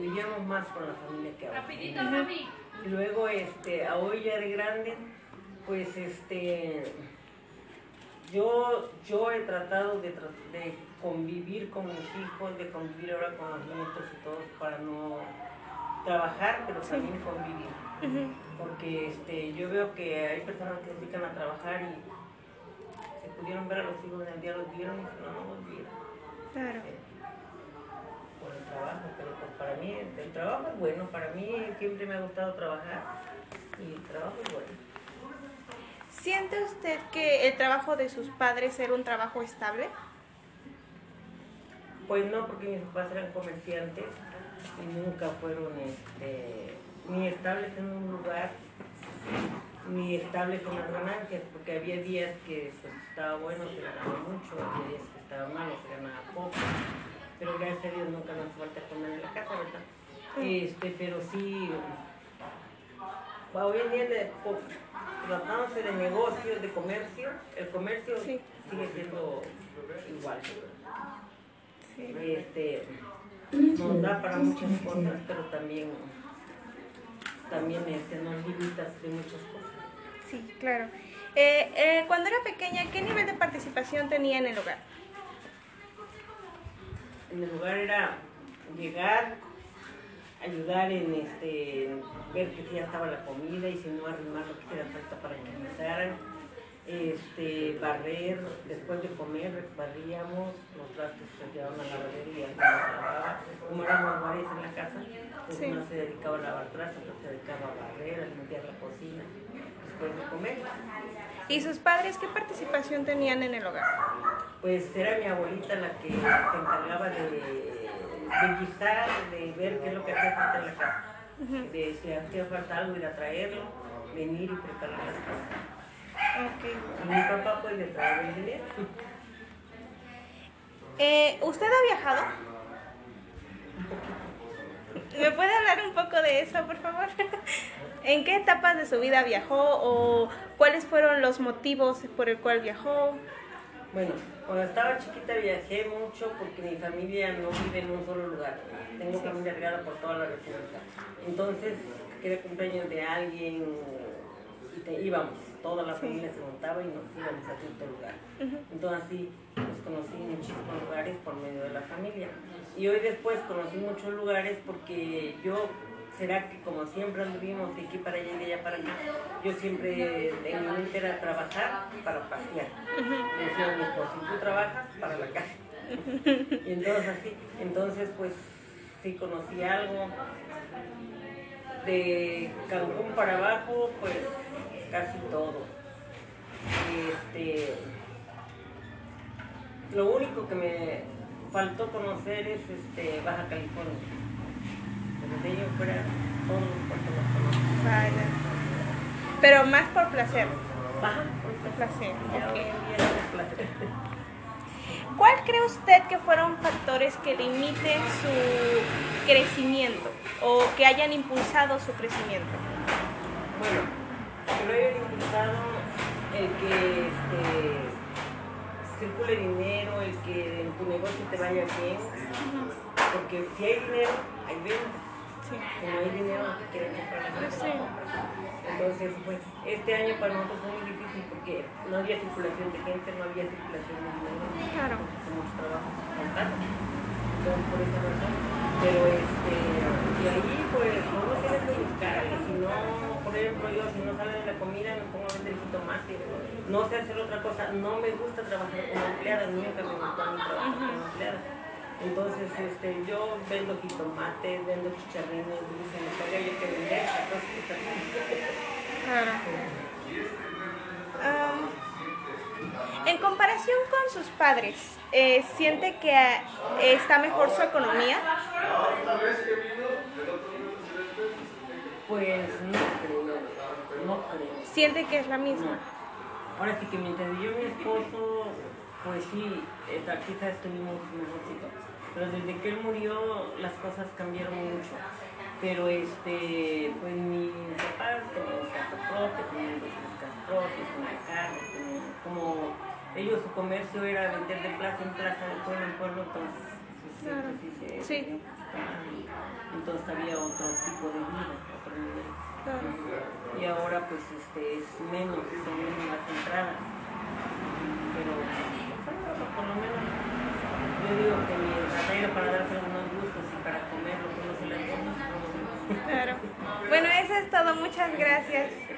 convivíamos más con la familia que ahora. Rapidito, mami. Y luego, a hoy ya de grande, pues yo he tratado de convivir con mis hijos, de convivir ahora con los nietos y todos para no trabajar, pero también convivir. Porque yo veo que hay personas que se dedican a trabajar y se pudieron ver a los hijos en el día, los vieron y no los vieron. Claro. Por el trabajo, pero pues para mí el trabajo es bueno, para mí siempre me ha gustado trabajar y el trabajo es bueno. ¿Siente usted que el trabajo de sus padres era un trabajo estable? Pues no, porque mis papás eran comerciantes y nunca fueron ni estables en un lugar, ni estables en las ganancias, porque había días que pues, estaba bueno, se ganaba mucho, había días que estaba malo, se ganaba poco, pero gracias a Dios nunca nos falta comer en la casa, ¿verdad? Pero sí, hoy en día tratándose de negocios, de comercio, el comercio Sí. sigue siendo igual. Sí. Nos da para muchas cosas, pero también nos limita de muchas cosas. Sí, claro. Cuando era pequeña, ¿qué nivel de participación tenía en el hogar? En el lugar era llegar, ayudar en ver que ya estaba la comida y si no arrimar lo que hiciera falta para que empezaran, barrer, después de comer barríamos, los trastos se llevaban a la lavandería y alguien los lavaba. Como éramos varios en la casa, pues Sí. uno se dedicaba a lavar trastos, otro se dedicaba a barrer, a limpiar la cocina, después de comer. ¿Y sus padres qué participación tenían en el hogar? Pues era mi abuelita la que se encargaba de guisar, de ver qué es lo que hacía falta en la casa. De si hacía falta algo, ir a traerlo, venir y preparar las cosas. Okay. Y mi papá pues le traía el dinero. ¿Usted ha viajado? ¿Me puede hablar un poco de eso, por favor? ¿En qué etapas de su vida viajó o cuáles fueron los motivos por el cual viajó? Bueno, cuando estaba chiquita viajé mucho porque mi familia no vive en un solo lugar. Tengo familia regada por toda la república. Entonces, era cumpleaños de alguien y íbamos. Toda la familia se montaba y nos íbamos a cierto lugar. Entonces así pues, conocí muchísimos lugares por medio de la familia. Y hoy después conocí muchos lugares porque será que como siempre anduvimos de aquí para allá y de allá para acá, yo siempre en mi mente era trabajar para pasear. Decía a mi esposo, tú trabajas para la casa. Y entonces pues sí conocí algo. De Cancún para abajo, pues casi todo. Lo único que me faltó conocer es Baja California. Pero de ello fuera todos los puertos los conozco. Vaya. Pero más por placer. Baja, Por placer. ya hoy Ok. en día es placer. ¿Cuál cree usted que fueron factores que limiten su crecimiento o que hayan impulsado su crecimiento? Bueno, que lo hayan impulsado el que circule dinero, el que en tu negocio te vaya bien, porque si hay dinero, hay ventas. Sí. Si no hay dinero, no te quieren comprar la Pues casa. sí. Entonces, pues, este año para nosotros fue muy difícil porque no había circulación de gente, no había circulación de dinero. Claro. Muchos trabajos faltaron. Entonces, por esa razón. Pero, y ahí, pues, uno tiene que buscar. Y si no, por ejemplo, yo, si no sale de la comida, me pongo a vender jitomate. No sé hacer otra cosa. No me gusta trabajar como empleada. Nunca me gustó a mí trabajar como empleada. Entonces, yo vendo jitomates, vendo chicharrines, dulces, me carga yo que vender, entonces, Claro. En comparación con sus padres, ¿siente que está mejor su economía? pues no creo. ¿Siente que es la misma? No. Ahora sí que mientras yo y mi esposo, pues sí, quizás estuvimos mejorcito, pero desde que él murió las cosas cambiaron mucho. Pero pues mis papás tenían casa propia, tenían dos casas propias, una casa, como ellos su comercio era vender de plaza en plaza, de pueblo en pueblo, entonces Claro. sí dice. Sí. Entonces había otro tipo de vida, otro nivel. Claro. Y ahora pues es menos, son menos las entradas. Pero bueno, por lo menos yo digo que mientras haya para darse unos gustos y para comer lo que no se le antoja. Claro. Bueno, eso es todo. Muchas gracias.